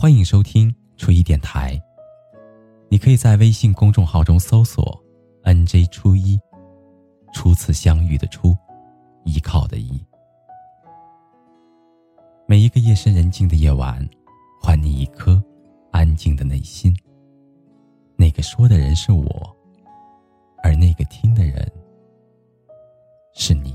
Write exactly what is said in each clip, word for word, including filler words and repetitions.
欢迎收听初一电台。你可以在微信公众号中搜索 N J 初一，初次相遇的初，依靠的依。每一个夜深人静的夜晚，还你一颗安静的内心。那个说的人是我，而那个听的人是你。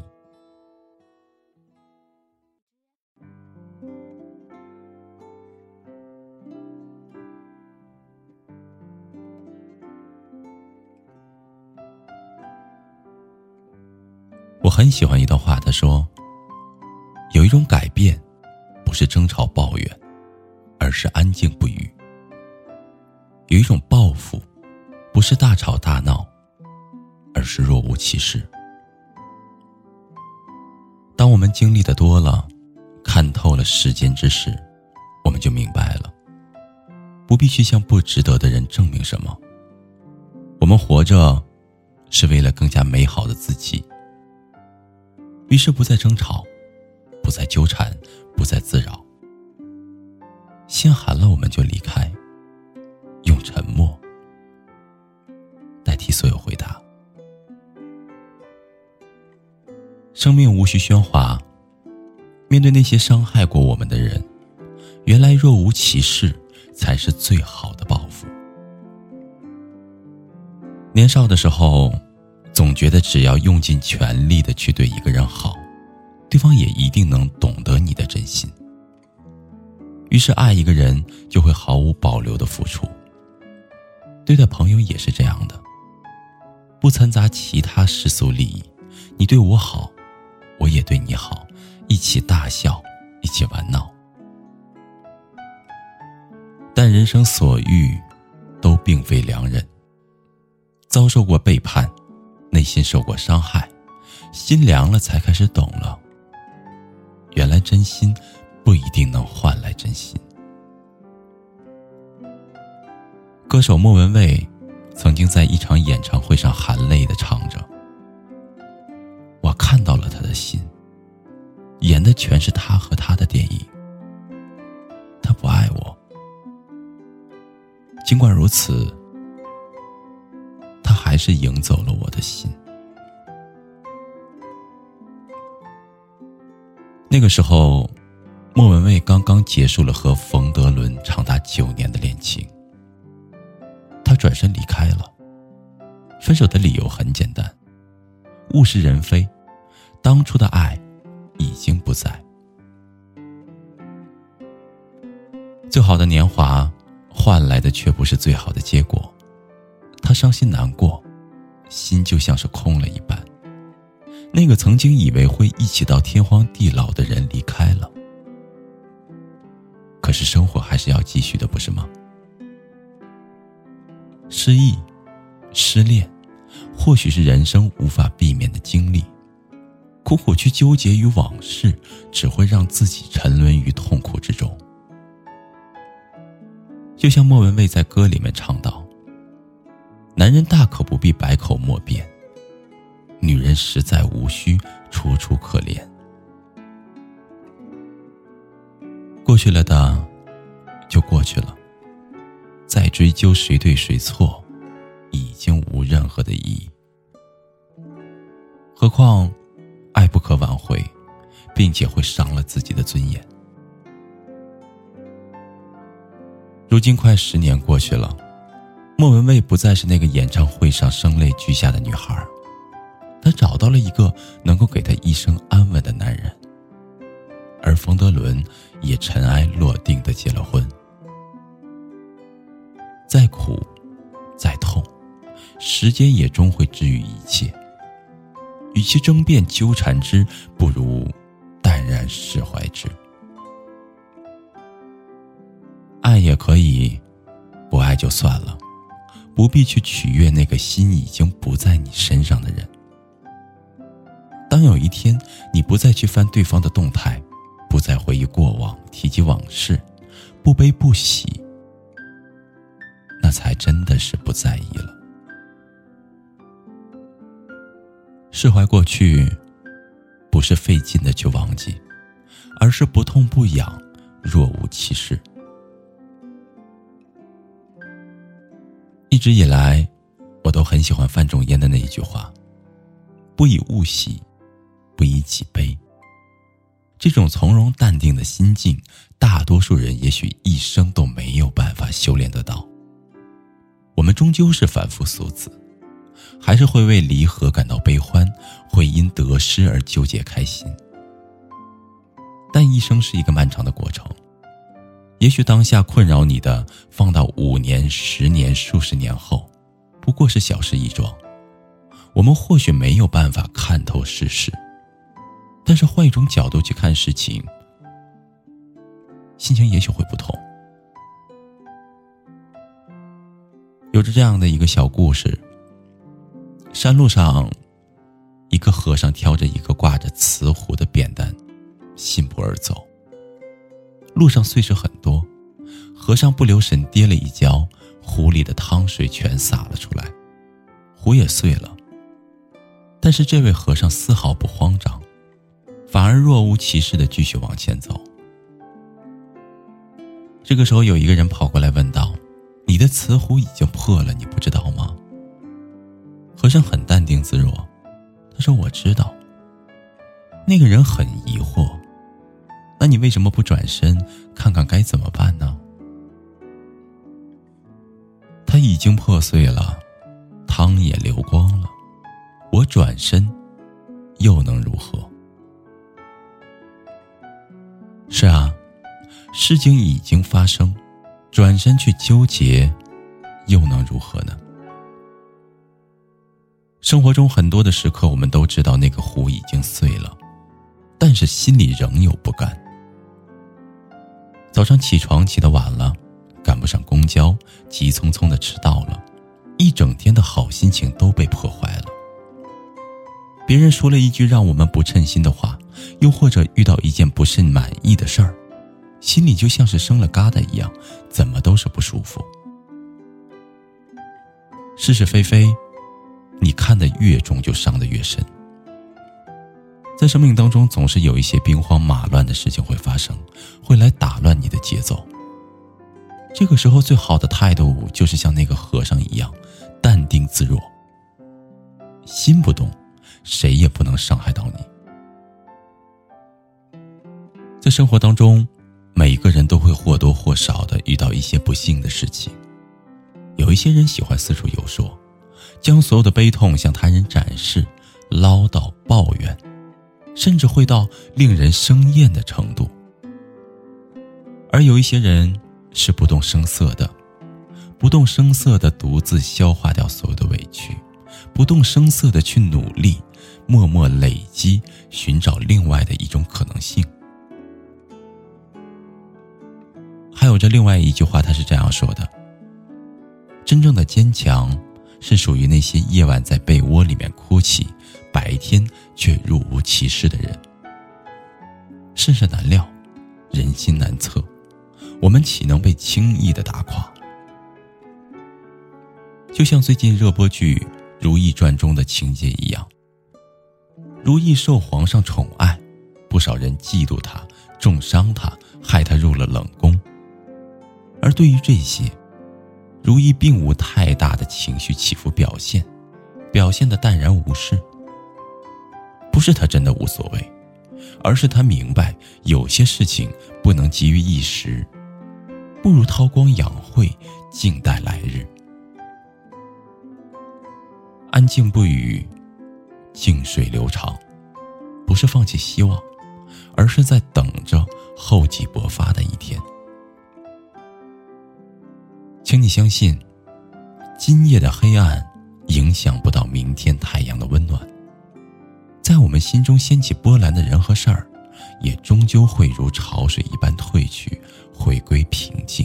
我很喜欢一段话，他说，有一种改变不是争吵抱怨，而是安静不语。有一种报复不是大吵大闹，而是若无其事。当我们经历的多了，看透了世间之事，我们就明白了，不必去向不值得的人证明什么。我们活着是为了更加美好的自己。于是不再争吵，不再纠缠，不再自扰。心寒了，我们就离开，用沉默代替所有回答。生命无需喧哗，面对那些伤害过我们的人，原来若无其事才是最好的报复。年少的时候，总觉得只要用尽全力的去对一个人好，对方也一定能懂得你的真心。于是爱一个人就会毫无保留的付出。对待朋友也是这样的，不掺杂其他世俗利益，你对我好，我也对你好，一起大笑，一起玩闹。但人生所遇都并非良人，遭受过背叛，内心受过伤害，心凉了才开始懂了，原来真心不一定能换来真心。歌手莫文蔚曾经在一场演唱会上含泪地唱着，我看到了他的心，演的全是他和他的电影。他不爱我，尽管如此，他还是赢走了我的心。那个时候，莫文蔚刚刚结束了和冯德伦长达九年的恋情，他转身离开了。分手的理由很简单，物是人非，当初的爱已经不在。最好的年华换来的却不是最好的结果，他伤心难过，心就像是空了一半。那个曾经以为会一起到天荒地老的人离开了，可是生活还是要继续的，不是吗？失意、失恋，或许是人生无法避免的经历，苦苦去纠结于往事，只会让自己沉沦于痛苦之中。就像莫文蔚在歌里面唱道，男人大可不必百口莫辩，女人实在无需楚楚可怜。过去了的就过去了，再追究谁对谁错，已经无任何的意义。何况爱不可挽回，并且会伤了自己的尊严。如今快十年过去了，莫文蔚不再是那个演唱会上声泪俱下的女孩，她找到了一个能够给她一生安稳的男人，而冯德伦也尘埃落定地结了婚。再苦再痛，时间也终会治愈一切。与其争辩纠缠之，不如淡然释怀之。爱也可以，不爱就算了，不必去取悦那个心已经不在你身上的人。当有一天你不再去翻对方的动态，不再回忆过往，提及往事，不悲不喜，那才真的是不在意了。释怀过去，不是费劲的去忘记，而是不痛不痒，若无其事。 一直以来，我都很喜欢范仲淹的那一句话：不以物喜，不以己悲。这种从容淡定的心境，大多数人也许一生都没有办法修炼得到。我们终究是凡夫俗子，还是会为离合感到悲欢，会因得失而纠结开心。但一生是一个漫长的过程，也许当下困扰你的，放到五年、十年、数十年后，不过是小事一桩。我们或许没有办法看透世事，但是换一种角度去看事情，心情也许会不同。有着这样的一个小故事，山路上，一个和尚挑着一个挂着瓷壶的扁担，信步而走。路上碎石很多，和尚不留神跌了一跤，壶里的汤水全洒了出来，壶也碎了。但是这位和尚丝毫不慌张，反而若无其事地继续往前走。这个时候有一个人跑过来问道：你的瓷壶已经破了，你不知道吗？和尚很淡定自若，他说我知道。那个人很疑惑，那你为什么不转身看看该怎么办呢？它已经破碎了，汤也流光了，我转身又能如何？是啊，事情已经发生，转身去纠结又能如何呢？生活中很多的时刻，我们都知道那个壶已经碎了，但是心里仍有不甘。早上起床起得晚了，赶不上公交，急匆匆地迟到了，一整天的好心情都被破坏了。别人说了一句让我们不称心的话，又或者遇到一件不甚满意的事儿，心里就像是生了疙瘩一样，怎么都是不舒服。是是非非，你看得越重就伤得越深。在生命当中，总是有一些兵荒马乱的事情会发生，会来打乱你的节奏。这个时候最好的态度就是像那个和尚一样，淡定自若。心不动，谁也不能伤害到你。在生活当中，每个人都会或多或少的遇到一些不幸的事情。有一些人喜欢四处游说，将所有的悲痛向他人展示，唠叨抱怨，甚至会到令人生厌的程度。而有一些人是不动声色的，不动声色的独自消化掉所有的委屈，不动声色的去努力，默默累积，寻找另外的一种可能性。还有这另外一句话，他是这样说的：真正的坚强是属于那些夜晚在被窝里面哭泣，白天却若无其事的人。世事难料，人心难测，我们岂能被轻易的打垮？就像最近热播剧《如懿传》中的情节一样，如懿受皇上宠爱，不少人嫉妒她，重伤她，害她入了冷宫。而对于这些，如懿并无太大的情绪起伏表现，表现得淡然无视。不是她真的无所谓，而是她明白有些事情不能急于一时，不如韬光养晦，静待来日。安静不语，静水流长，不是放弃希望，而是在等着厚积薄发的一天。请你相信，今夜的黑暗影响不到明天太阳的温暖。在我们心中掀起波澜的人和事儿，也终究会如潮水一般退去，回归平静。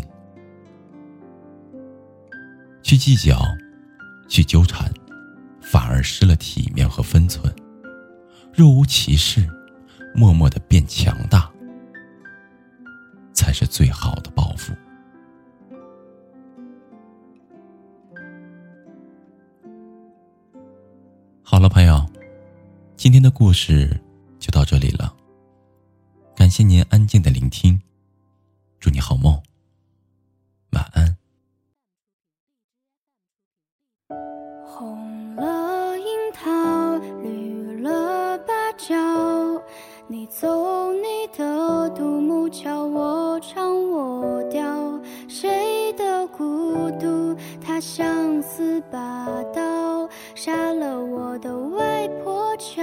去计较，去纠缠，反而失了体面和分寸。若无其事，默默地变强大，才是最好的报复。好了，朋友，今天的故事就到这里了。感谢您安静的聆听，祝你好梦，晚安。 了樱桃，绿了芭蕉，你走你的独木桥，我唱我调。谁的孤独，它像似把刀，杀了我的外婆桥。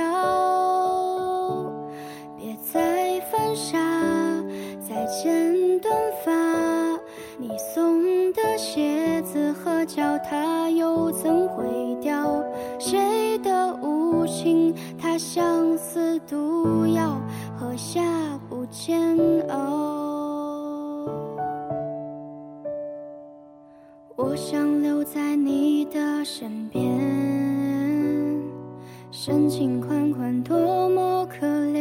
别再犯傻，再见短发，你送的鞋子和脚踏又怎会掉？谁的无情，它相似毒药，喝下不煎熬。我想留在你的身边，深情款款多么可怜，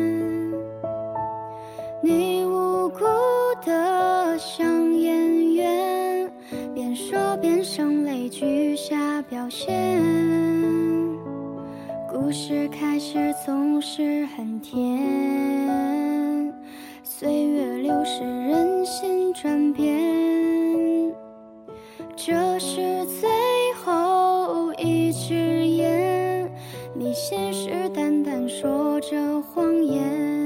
你无辜的像演员，边说边声泪俱下表现。故事开始总是很甜，岁月流逝人心转变，这是最后一支烟，你信誓旦旦说着谎言。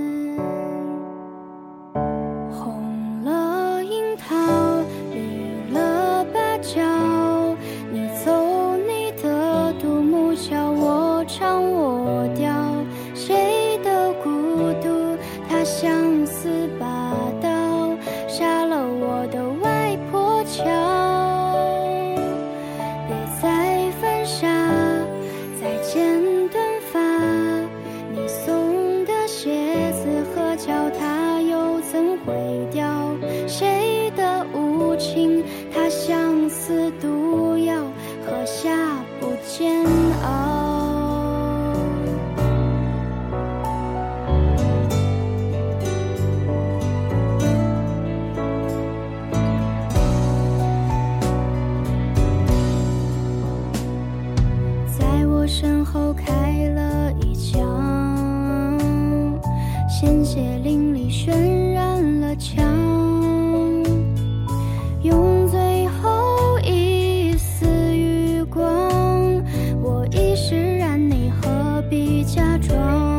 红了樱桃，绿了芭蕉，你走你的独木桥，我唱我调。谁的孤独，它像似把刀，杀了我的外婆桥。别再犯傻，再见短发，你送的鞋子和脚踏又怎会掉？谁的无情，它相似毒药，喝下不煎熬。在我身后开了一枪，鲜血淋漓渲染了墙，用最后一丝余光，我已释然，你何必假装？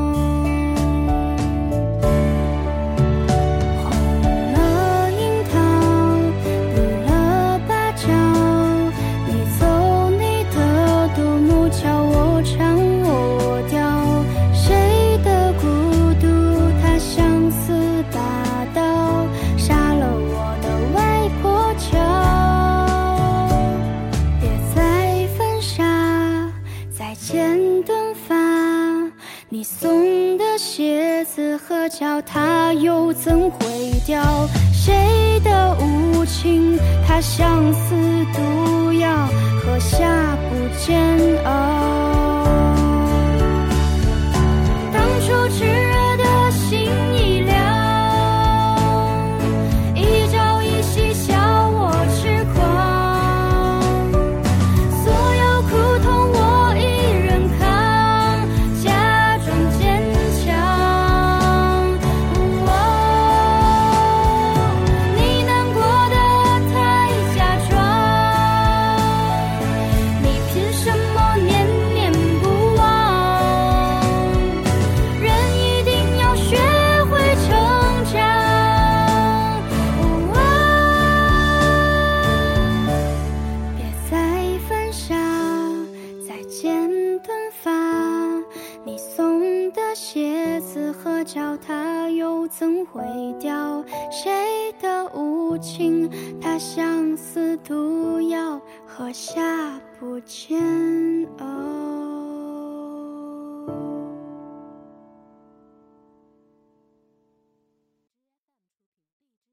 红了樱桃，绿了芭蕉，你走你的独木桥，我唱我调。谁的孤独，它相似把刀，杀了我的外婆桥。别再犯傻，再见短发，你送的鞋子和脚踏又怎会掉？谁的无情，它相似毒药，喝下不煎熬。当初炽热的心已凉，一朝一夕笑我痴狂，所有苦痛我一人扛，假装坚强。哦，你难过的太假装，你凭什么念念不忘？人一定要学会成长。哦，别再犯傻，再见短发，你送的鞋子和脚踏又怎会掉？谁的无情，它相似毒药，喝下不煎